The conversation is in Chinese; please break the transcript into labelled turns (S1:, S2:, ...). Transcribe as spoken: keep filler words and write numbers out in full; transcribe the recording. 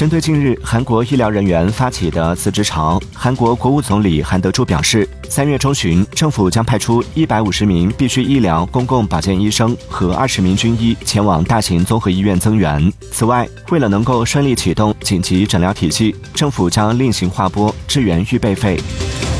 S1: 针对近日韩国医疗人员发起的辞职潮，韩国国务总理韩德洙表示，三月中旬，政府将派出一百五十名必须医疗公共保健医生和二十名军医前往大型综合医院增援。此外，为了能够顺利启动紧急诊疗体系，政府将另行划拨支援预备费。